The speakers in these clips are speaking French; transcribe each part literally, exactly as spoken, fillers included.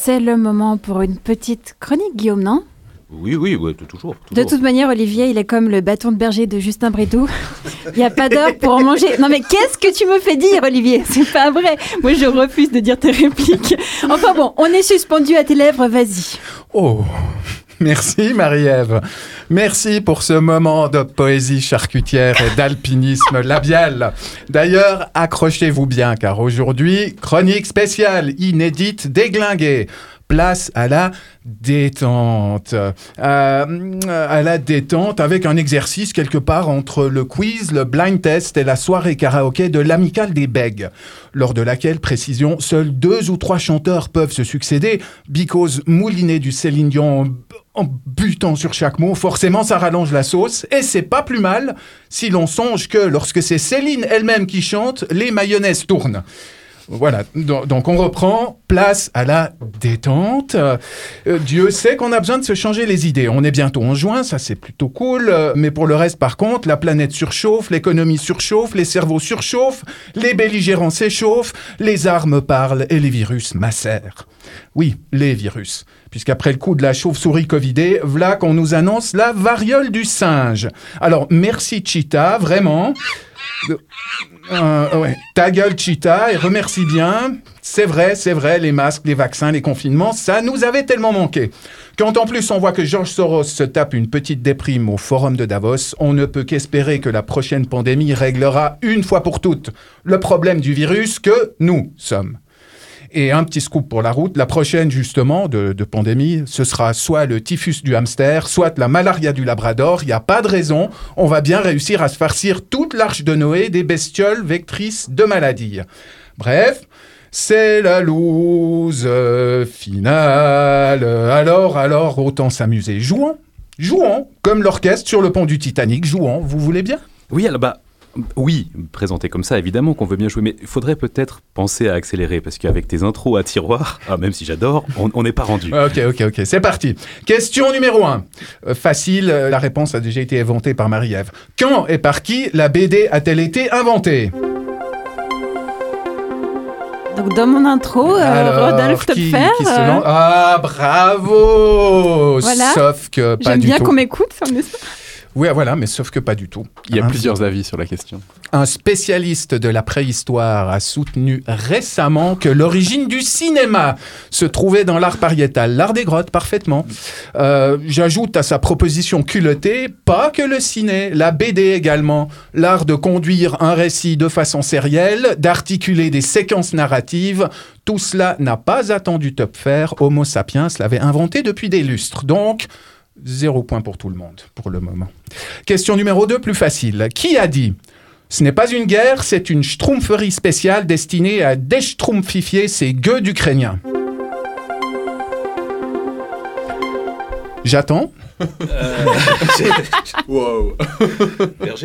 c'est le moment pour une petite chronique, Guillaume, non ? Oui, oui, oui, toujours, toujours. De toute manière, Olivier, il est comme le bâton de berger de Justin Bridou. Il n'y a pas d'heure pour en manger. Non mais qu'est-ce que tu me fais dire, Olivier ? C'est pas vrai. Moi, je refuse de dire tes répliques. Enfin bon, on est suspendu à tes lèvres, vas-y. Oh, merci Marie-Ève. Merci pour ce moment de poésie charcutière et d'alpinisme labial. D'ailleurs, accrochez-vous bien, car aujourd'hui, chronique spéciale, inédite, déglinguée. Place à la détente. Euh, à la détente avec un exercice quelque part entre le quiz, le blind test et la soirée karaoké de l'Amicale des Bègues, lors de laquelle, précision, seuls deux ou trois chanteurs peuvent se succéder, because mouliné du Céline Dion en butant sur chaque mot, forcément ça rallonge la sauce, et c'est pas plus mal si l'on songe que lorsque c'est Céline elle-même qui chante, les mayonnaises tournent. Voilà, donc on reprend, place à la détente. Euh, Dieu sait qu'on a besoin de se changer les idées. On est bientôt en juin, ça c'est plutôt cool. Euh, mais pour le reste, par contre, la planète surchauffe, l'économie surchauffe, les cerveaux surchauffent, les belligérants s'échauffent, les armes parlent et les virus macèrent. Oui, les virus. Puisqu'après le coup de la chauve-souris covidée, v'là qu'on nous annonce la variole du singe. Alors, merci Cheetah, vraiment. Euh, ouais. Ta gueule Cheetah, et remercie bien. C'est vrai, c'est vrai, les masques, les vaccins, les confinements, ça nous avait tellement manqué. Quand en plus on voit que George Soros se tape une petite déprime au forum de Davos, on ne peut qu'espérer que la prochaine pandémie réglera une fois pour toutes le problème du virus que nous sommes. Et un petit scoop pour la route, la prochaine justement de, de pandémie, ce sera soit le typhus du hamster, soit la malaria du labrador. Il n'y a pas de raison, on va bien réussir à se farcir toute l'arche de Noé des bestioles vectrices de maladies. Bref, c'est la loose finale. Alors, alors, autant s'amuser. Jouons, jouons, comme l'orchestre sur le pont du Titanic, jouons, vous voulez bien ? Oui, alors bah... Oui, présenté comme ça, évidemment qu'on veut bien jouer, mais il faudrait peut-être penser à accélérer, parce qu'avec tes intros à tiroir, ah, même si j'adore, on n'est pas rendu. Ok, ok, ok, c'est parti. Question numéro un. Euh, facile, la réponse a déjà été inventée par Marie-Ève. Quand et par qui la B D a-t-elle été inventée ? Donc dans mon intro, euh, Alors, Rodolphe qui, Töpfer. qui se euh... lance... Ah, bravo Voilà. Sauf que pas J'aime du bien tout. qu'on m'écoute, ça me... Oui, voilà, mais sauf que pas du tout. Il y a Hein, plusieurs avis sur la question. Un spécialiste de la préhistoire a soutenu récemment que l'origine du cinéma se trouvait dans l'art pariétal, l'art des grottes, parfaitement. Euh, j'ajoute à sa proposition culottée, pas que le ciné, la B D également, l'art de conduire un récit de façon sérielle, d'articuler des séquences narratives. Tout cela n'a pas attendu Töpfer, Homo sapiens l'avait inventé depuis des lustres. Donc... Zéro point pour tout le monde, pour le moment. Question numéro deux, plus facile. Qui a dit « Ce n'est pas une guerre, c'est une schtroumpferie spéciale destinée à déchtroumpfifier ces gueux d'Ukrainiens » J'attends. Euh... wow. Berger ?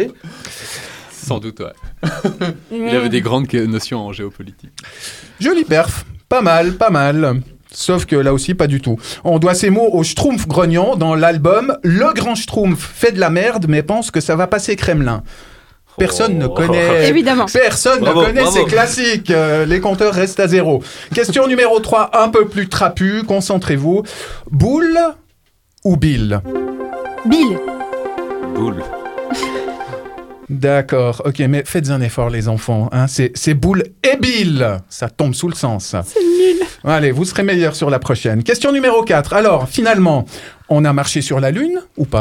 Sans doute, ouais. Il avait des grandes notions en géopolitique. Joli perf. Pas mal, pas mal. Sauf que là aussi, pas du tout. On doit ces mots au Schtroumpf grognon dans l'album « Le grand Schtroumpf fait de la merde mais pense que ça va passer Kremlin ». Personne oh. ne connaît... Évidemment. Personne bravo, ne connaît bravo. ces classiques. Euh, les compteurs restent à zéro. Question numéro trois, un peu plus trapu. Concentrez-vous. Boule ou Bill ? Bill. Boule. D'accord, ok, mais faites un effort les enfants, hein. c'est, c'est Boule et Bill, ça tombe sous le sens. C'est nul. Allez, vous serez meilleurs sur la prochaine. Question numéro quatre, alors finalement, on a marché sur la Lune ou pas ?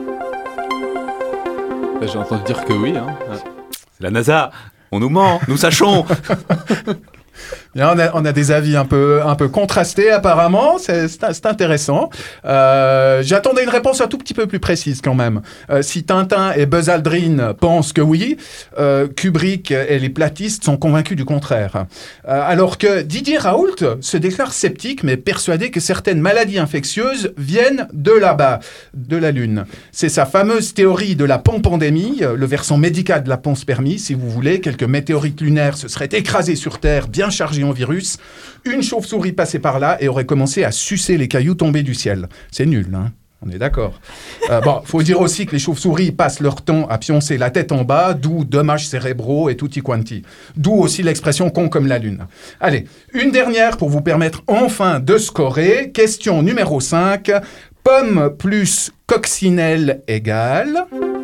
Bah, j'ai entendu dire que oui. Hein. C'est la NASA, on nous ment, nous sachons. Bien, on, a, on a des avis un peu, un peu contrastés apparemment, c'est, c'est, c'est intéressant. Euh, j'attendais une réponse un tout petit peu plus précise quand même. Euh, si Tintin et Buzz Aldrin pensent que oui, euh, Kubrick et les platistes sont convaincus du contraire. Euh, alors que Didier Raoult se déclare sceptique mais persuadé que certaines maladies infectieuses viennent de là-bas, de la Lune. C'est sa fameuse théorie de la pampandémie, le versant médical de la panspermie, si vous voulez. Quelques météorites lunaires se seraient écrasés sur Terre, bien chargés en virus. Une chauve-souris passait par là et aurait commencé à sucer les cailloux tombés du ciel. C'est nul, hein ? On est d'accord. Euh, bon, faut dire aussi que les chauves-souris passent leur temps à pioncer la tête en bas, d'où dommages cérébraux et tutti quanti. D'où aussi l'expression con comme la lune. Allez, une dernière pour vous permettre enfin de scorer. Question numéro cinq. Pomme plus coccinelle égale...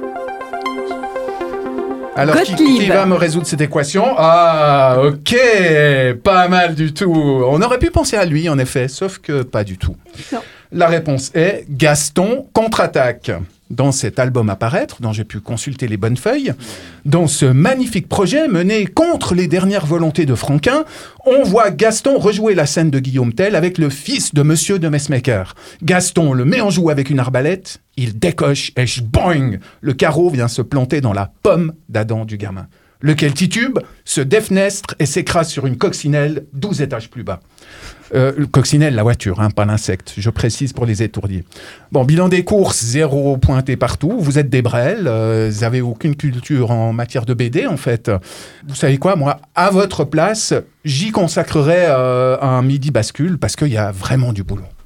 Alors, qui, qui va me résoudre cette équation? Ah, ok, pas mal du tout. On aurait pu penser à lui, en effet, sauf que pas du tout. Non. La réponse est Gaston contre-attaque. Dans cet album à paraître, dont j'ai pu consulter les bonnes feuilles, dans ce magnifique projet mené contre les dernières volontés de Franquin, on voit Gaston rejouer la scène de Guillaume Tell avec le fils de Monsieur de Messmaker. Gaston le met en joue avec une arbalète, il décoche et boing, le carreau vient se planter dans la pomme d'Adam du gamin. Lequel titube, se défenestre et s'écrase sur une coccinelle douze étages plus bas. Euh, le coccinelle, la voiture, hein, pas l'insecte, je précise pour les étourdis. Bon, bilan des courses, zéro pointé partout, vous êtes des brels, euh, vous n'avez aucune culture en matière de B D en fait. Vous savez quoi, moi, à votre place, j'y consacrerai euh, un midi bascule parce qu'il y a vraiment du boulot.